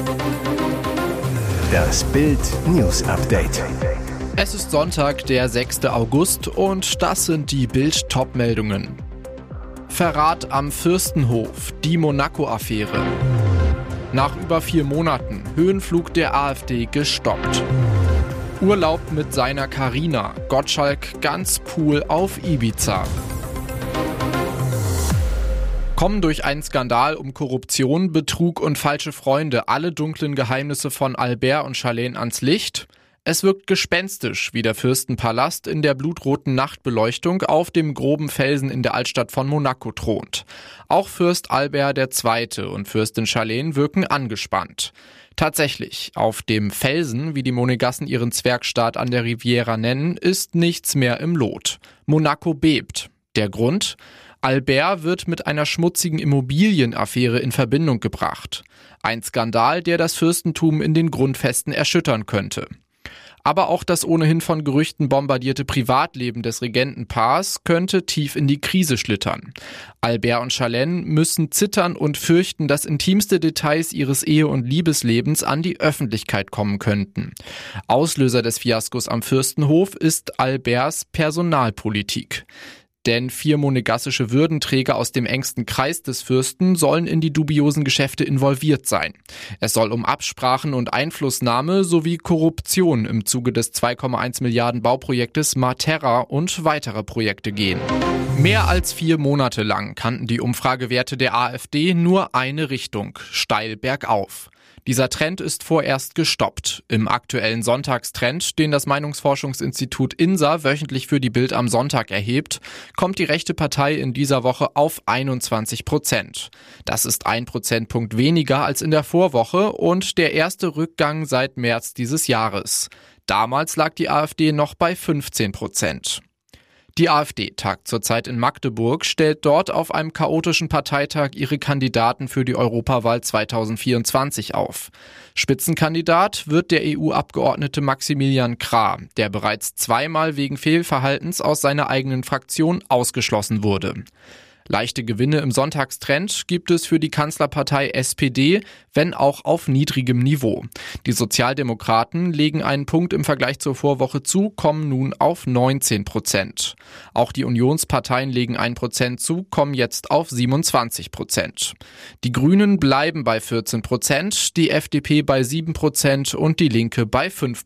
Das Bild News Update. Es ist Sonntag, der 6. August und das sind die Bild-Top-Meldungen. Verrat am Fürstenhof, die Monaco-Affäre. Nach über 4 Monaten, Höhenflug der AfD gestoppt. Urlaub mit seiner Carina, Gottschalk ganz Pool auf Ibiza. Kommen durch einen Skandal um Korruption, Betrug und falsche Freunde alle dunklen Geheimnisse von Albert und Charlene ans Licht? Es wirkt gespenstisch, wie der Fürstenpalast in der blutroten Nachtbeleuchtung auf dem groben Felsen in der Altstadt von Monaco thront. Auch Fürst Albert II. Und Fürstin Charlene wirken angespannt. Tatsächlich, auf dem Felsen, wie die Monegassen ihren Zwergstaat an der Riviera nennen, ist nichts mehr im Lot. Monaco bebt. Der Grund? Albert wird mit einer schmutzigen Immobilienaffäre in Verbindung gebracht. Ein Skandal, der das Fürstentum in den Grundfesten erschüttern könnte. Aber auch das ohnehin von Gerüchten bombardierte Privatleben des Regentenpaars könnte tief in die Krise schlittern. Albert und Charlene müssen zittern und fürchten, dass intimste Details ihres Ehe- und Liebeslebens an die Öffentlichkeit kommen könnten. Auslöser des Fiaskos am Fürstenhof ist Alberts Personalpolitik. Denn 4 monegassische Würdenträger aus dem engsten Kreis des Fürsten sollen in die dubiosen Geschäfte involviert sein. Es soll um Absprachen und Einflussnahme sowie Korruption im Zuge des 2,1 Milliarden Bauprojektes Materra und weitere Projekte gehen. Mehr als 4 Monate lang kannten die Umfragewerte der AfD nur eine Richtung, steil bergauf. Dieser Trend ist vorerst gestoppt. Im aktuellen Sonntagstrend, den das Meinungsforschungsinstitut INSA wöchentlich für die Bild am Sonntag erhebt, kommt die rechte Partei in dieser Woche auf 21%. Das ist 1 Prozentpunkt weniger als in der Vorwoche und der erste Rückgang seit März dieses Jahres. Damals lag die AfD noch bei 15%. Die AfD tagt zurzeit in Magdeburg, stellt dort auf einem chaotischen Parteitag ihre Kandidaten für die Europawahl 2024 auf. Spitzenkandidat wird der EU-Abgeordnete Maximilian Krah, der bereits 2-mal wegen Fehlverhaltens aus seiner eigenen Fraktion ausgeschlossen wurde. Leichte Gewinne im Sonntagstrend gibt es für die Kanzlerpartei SPD, wenn auch auf niedrigem Niveau. Die Sozialdemokraten legen einen Punkt im Vergleich zur Vorwoche zu, kommen nun auf 19%. Auch die Unionsparteien legen 1% zu, kommen jetzt auf 27%. Die Grünen bleiben bei 14%, die FDP bei 7% und die Linke bei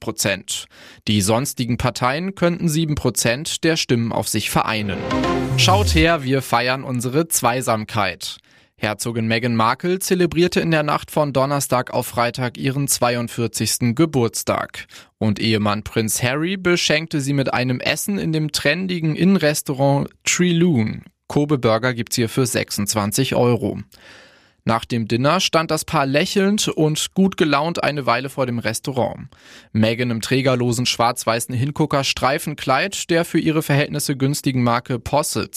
5%. Die sonstigen Parteien könnten 7% der Stimmen auf sich vereinen. Schaut her, wir feiern unsere Zweisamkeit. Herzogin Meghan Markle zelebrierte in der Nacht von Donnerstag auf Freitag ihren 42. Geburtstag. Und Ehemann Prinz Harry beschenkte sie mit einem Essen in dem trendigen Innenrestaurant Treloon. Kobe Burger gibt's hier für 26 €. Nach dem Dinner stand das Paar lächelnd und gut gelaunt eine Weile vor dem Restaurant. Meghan im trägerlosen schwarz-weißen Hingucker-Streifenkleid der für ihre Verhältnisse günstigen Marke Posse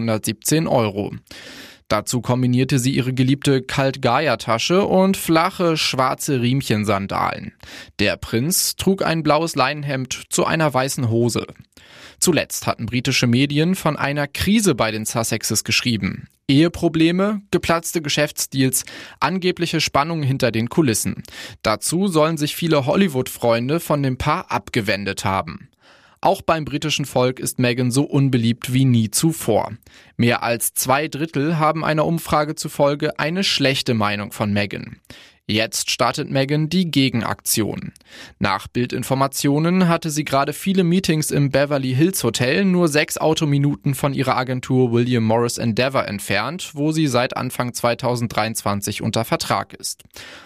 217 €. Dazu kombinierte sie ihre geliebte Kalt-Gaia-Tasche und flache schwarze Riemchensandalen. Der Prinz trug ein blaues Leinenhemd zu einer weißen Hose. Zuletzt hatten britische Medien von einer Krise bei den Sussexes geschrieben. Eheprobleme, geplatzte Geschäftsdeals, angebliche Spannungen hinter den Kulissen. Dazu sollen sich viele Hollywood-Freunde von dem Paar abgewendet haben. Auch beim britischen Volk ist Meghan so unbeliebt wie nie zuvor. Mehr als 2/3 haben einer Umfrage zufolge eine schlechte Meinung von Meghan. Jetzt startet Meghan die Gegenaktion. Nach Bildinformationen hatte sie gerade viele Meetings im Beverly Hills Hotel, nur 6 Autominuten von ihrer Agentur William Morris Endeavour entfernt, wo sie seit Anfang 2023 unter Vertrag ist.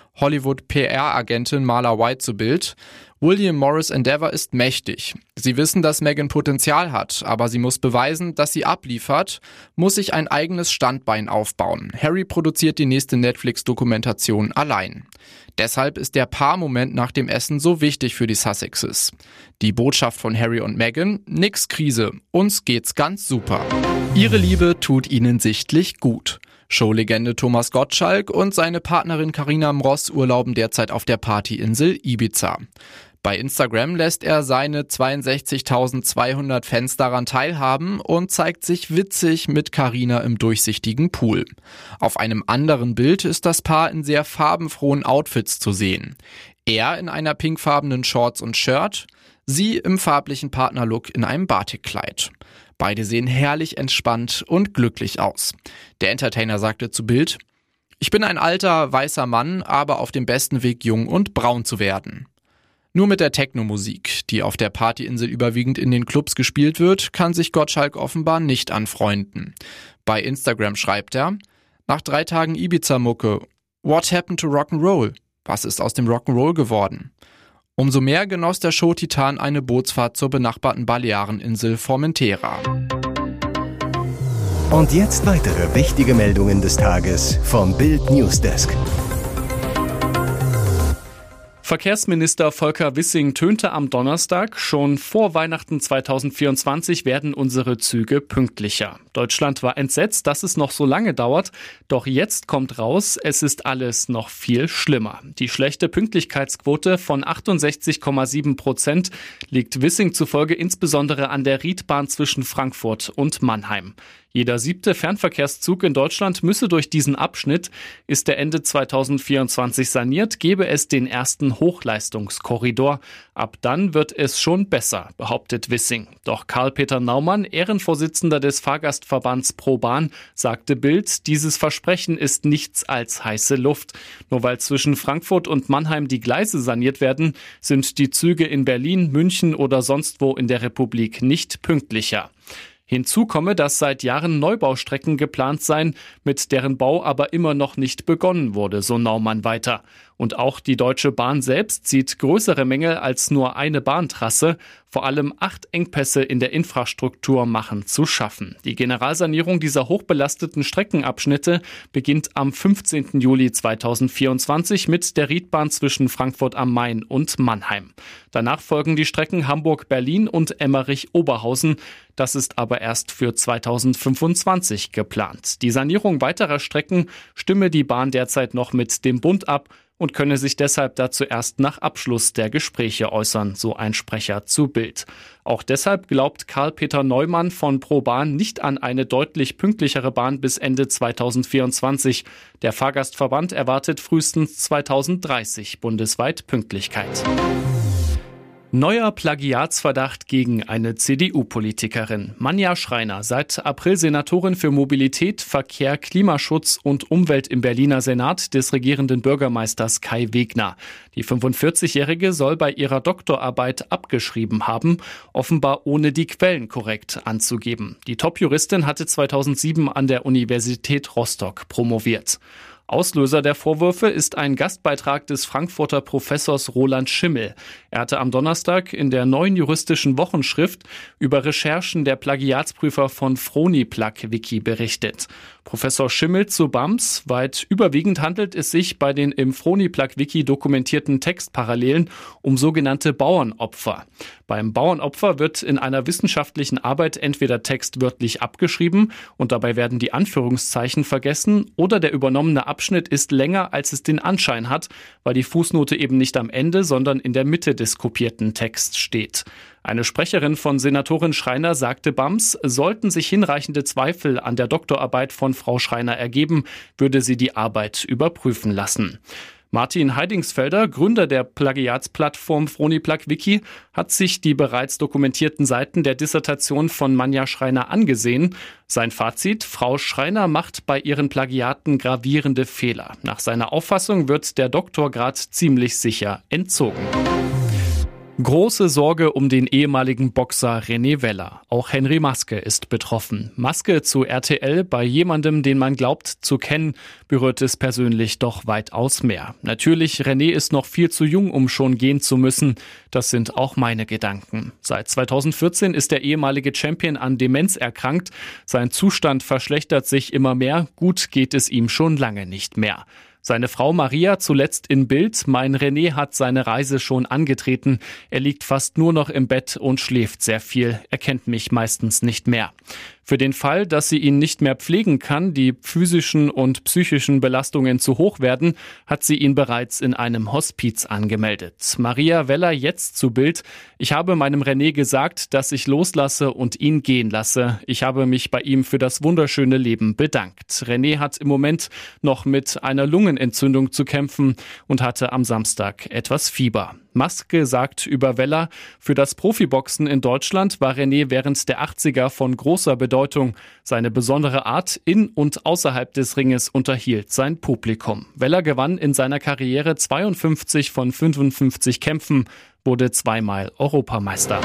Hollywood-PR-Agentin Marla White zu Bild: William Morris Endeavour ist mächtig. Sie wissen, dass Meghan Potenzial hat, aber sie muss beweisen, dass sie abliefert, muss sich ein eigenes Standbein aufbauen. Harry produziert die nächste Netflix-Dokumentation allein. Deshalb ist der Paarmoment nach dem Essen so wichtig für die Sussexes. Die Botschaft von Harry und Meghan: Nix Krise, uns geht's ganz super. Ihre Liebe tut ihnen sichtlich gut. Showlegende Thomas Gottschalk und seine Partnerin Carina Mross urlauben derzeit auf der Partyinsel Ibiza. Bei Instagram lässt er seine 62.200 Fans daran teilhaben und zeigt sich witzig mit Carina im durchsichtigen Pool. Auf einem anderen Bild ist das Paar in sehr farbenfrohen Outfits zu sehen. Er in einer pinkfarbenen Shorts und Shirt, sie im farblichen Partnerlook in einem Batikkleid. Beide sehen herrlich entspannt und glücklich aus. Der Entertainer sagte zu Bild: „Ich bin ein alter, weißer Mann, aber auf dem besten Weg, jung und braun zu werden." Nur mit der Techno-Musik, die auf der Partyinsel überwiegend in den Clubs gespielt wird, kann sich Gottschalk offenbar nicht anfreunden. Bei Instagram schreibt er: „Nach 3 Tagen Ibiza-Mucke. What happened to Rock'n'Roll? Was ist aus dem Rock'n'Roll geworden?" Umso mehr genoss der Showtitan eine Bootsfahrt zur benachbarten Baleareninsel Formentera. Und jetzt weitere wichtige Meldungen des Tages vom Bild Newsdesk. Verkehrsminister Volker Wissing tönte am Donnerstag, schon vor Weihnachten 2024 werden unsere Züge pünktlicher. Deutschland war entsetzt, dass es noch so lange dauert, doch jetzt kommt raus, es ist alles noch viel schlimmer. Die schlechte Pünktlichkeitsquote von 68,7% liegt Wissing zufolge insbesondere an der Riedbahn zwischen Frankfurt und Mannheim. Jeder 7. Fernverkehrszug in Deutschland müsse durch diesen Abschnitt. Ist der Ende 2024 saniert, gebe es den ersten Hochleistungskorridor. Ab dann wird es schon besser, behauptet Wissing. Doch Karl-Peter Naumann, Ehrenvorsitzender des Fahrgastverbands ProBahn, sagte Bild, dieses Versprechen ist nichts als heiße Luft. Nur weil zwischen Frankfurt und Mannheim die Gleise saniert werden, sind die Züge in Berlin, München oder sonst wo in der Republik nicht pünktlicher. Hinzu komme, dass seit Jahren Neubaustrecken geplant seien, mit deren Bau aber immer noch nicht begonnen wurde, so Naumann weiter. Und auch die Deutsche Bahn selbst sieht größere Mängel als nur eine Bahntrasse. Vor allem 8 Engpässe in der Infrastruktur machen zu schaffen. Die Generalsanierung dieser hochbelasteten Streckenabschnitte beginnt am 15. Juli 2024 mit der Riedbahn zwischen Frankfurt am Main und Mannheim. Danach folgen die Strecken Hamburg-Berlin und Emmerich-Oberhausen. Das ist aber erst für 2025 geplant. Die Sanierung weiterer Strecken stimme die Bahn derzeit noch mit dem Bund ab und könne sich deshalb dazu erst nach Abschluss der Gespräche äußern, so ein Sprecher zu Bild. Auch deshalb glaubt Karl-Peter Neumann von ProBahn nicht an eine deutlich pünktlichere Bahn bis Ende 2024. Der Fahrgastverband erwartet frühestens 2030 bundesweit Pünktlichkeit. Neuer Plagiatsverdacht gegen eine CDU-Politikerin. Manja Schreiner, seit April Senatorin für Mobilität, Verkehr, Klimaschutz und Umwelt im Berliner Senat des regierenden Bürgermeisters Kai Wegner. Die 45-Jährige soll bei ihrer Doktorarbeit abgeschrieben haben, offenbar ohne die Quellen korrekt anzugeben. Die Top-Juristin hatte 2007 an der Universität Rostock promoviert. Auslöser der Vorwürfe ist ein Gastbeitrag des Frankfurter Professors Roland Schimmel. Er hatte am Donnerstag in der Neuen Juristischen Wochenschrift über Recherchen der Plagiatsprüfer von Froniplug-Wiki berichtet. Professor Schimmel zu BAMS: Weit überwiegend handelt es sich bei den im Froniplug-Wiki dokumentierten Textparallelen um sogenannte Bauernopfer. Beim Bauernopfer wird in einer wissenschaftlichen Arbeit entweder Text wörtlich abgeschrieben und dabei werden die Anführungszeichen vergessen, oder der übernommene Abschnitt ist länger, als es den Anschein hat, weil die Fußnote eben nicht am Ende, sondern in der Mitte des kopierten Texts steht. Eine Sprecherin von Senatorin Schreiner sagte BAMS, sollten sich hinreichende Zweifel an der Doktorarbeit von Frau Schreiner ergeben, würde sie die Arbeit überprüfen lassen. Martin Heidingsfelder, Gründer der Plagiatsplattform Froniplug-Wiki, hat sich die bereits dokumentierten Seiten der Dissertation von Manja Schreiner angesehen. Sein Fazit: Frau Schreiner macht bei ihren Plagiaten gravierende Fehler. Nach seiner Auffassung wird der Doktorgrad ziemlich sicher entzogen. Große Sorge um den ehemaligen Boxer René Weller. Auch Henry Maske ist betroffen. Maske zu RTL: Bei jemandem, den man glaubt zu kennen, berührt es persönlich doch weitaus mehr. Natürlich, René ist noch viel zu jung, um schon gehen zu müssen. Das sind auch meine Gedanken. Seit 2014 ist der ehemalige Champion an Demenz erkrankt. Sein Zustand verschlechtert sich immer mehr. Gut geht es ihm schon lange nicht mehr. Seine Frau Maria zuletzt in Bild: Mein René hat seine Reise schon angetreten. Er liegt fast nur noch im Bett und schläft sehr viel. Er kennt mich meistens nicht mehr. Für den Fall, dass sie ihn nicht mehr pflegen kann, die physischen und psychischen Belastungen zu hoch werden, hat sie ihn bereits in einem Hospiz angemeldet. Maria Weller jetzt zu Bild: Ich habe meinem René gesagt, dass ich loslasse und ihn gehen lasse. Ich habe mich bei ihm für das wunderschöne Leben bedankt. René hat im Moment noch mit einer Lungenentzündung zu kämpfen und hatte am Samstag etwas Fieber. Maske sagt über Weller: Für das Profiboxen in Deutschland war René während der 80er von großer Bedeutung. Seine besondere Art in und außerhalb des Ringes unterhielt sein Publikum. Weller gewann in seiner Karriere 52 von 55 Kämpfen, wurde zweimal Europameister.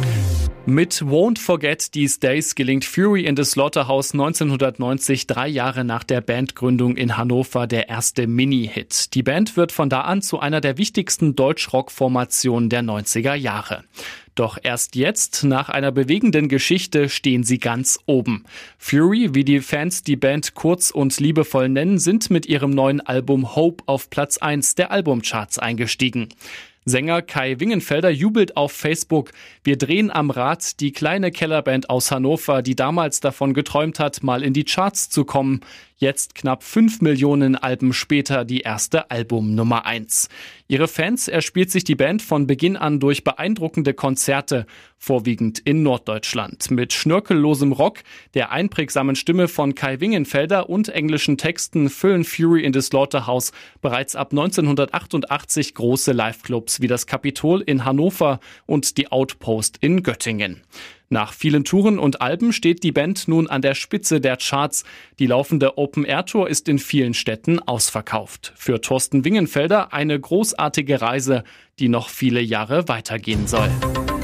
Mit Won't Forget These Days gelingt Fury in the Slaughterhouse 1990, 3 Jahre nach der Bandgründung in Hannover, der erste Mini-Hit. Die Band wird von da an zu einer der wichtigsten Deutsch-Rock-Formationen der 90er Jahre. Doch erst jetzt, nach einer bewegenden Geschichte, stehen sie ganz oben. Fury, wie die Fans die Band kurz und liebevoll nennen, sind mit ihrem neuen Album Hope auf Platz 1 der Albumcharts eingestiegen. Sänger Kai Wingenfelder jubelt auf Facebook: Wir drehen am Rad, die kleine Kellerband aus Hannover, die damals davon geträumt hat, mal in die Charts zu kommen. Jetzt knapp 5 Millionen Alben später die erste Album-Nummer 1. Ihre Fans erspielt sich die Band von Beginn an durch beeindruckende Konzerte, vorwiegend in Norddeutschland. Mit schnörkellosem Rock, der einprägsamen Stimme von Kai Wingenfelder und englischen Texten füllen Fury in the Slaughterhouse bereits ab 1988 große Liveclubs wie das Kapitol in Hannover und die Outpost in Göttingen. Nach vielen Touren und Alben steht die Band nun an der Spitze der Charts. Die laufende Open-Air-Tour ist in vielen Städten ausverkauft. Für Thorsten Wingenfelder eine großartige Reise, die noch viele Jahre weitergehen soll.